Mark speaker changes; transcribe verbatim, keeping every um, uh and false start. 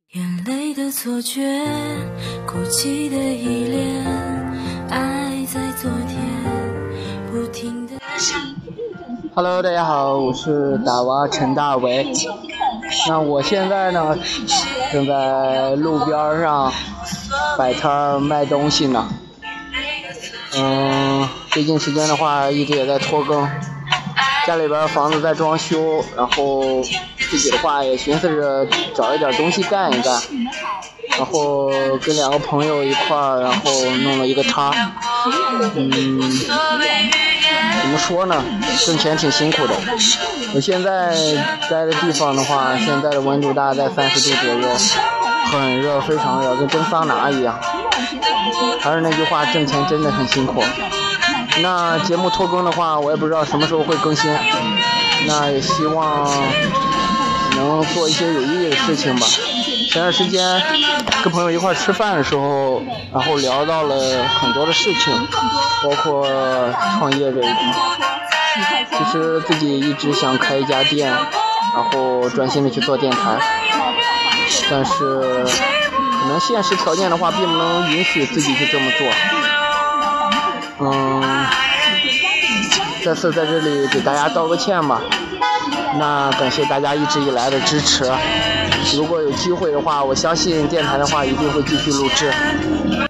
Speaker 1: 眼泪的错觉，哭泣的依恋，爱在昨天不停的。
Speaker 2: Hello， 大家好，我是打娃陈大为。那我现在呢，正在路边上摆摊卖东西呢。嗯，最近时间的话，一直也在拖更。家里边房子在装修，然后自己的话也寻思着找一点东西干一干，然后跟两个朋友一块儿，然后弄了一个摊。嗯，怎么说呢？挣钱挺辛苦的。我现在待的地方的话，现在的温度大概在三十度左右，很热，非常热，跟蒸桑拿一样。还是那句话，挣钱真的很辛苦。那节目拖更的话，我也不知道什么时候会更新。那也希望能做一些有意义的事情吧。前段时间跟朋友一块吃饭的时候，然后聊到了很多的事情，包括创业这一块。其实自己一直想开一家店，然后专心的去做电台，但是可能现实条件的话，并不能允许自己去这么做。嗯，再次在这里给大家道个歉吧。那感谢大家一直以来的支持。如果有机会的话，我相信电台的话一定会继续录制。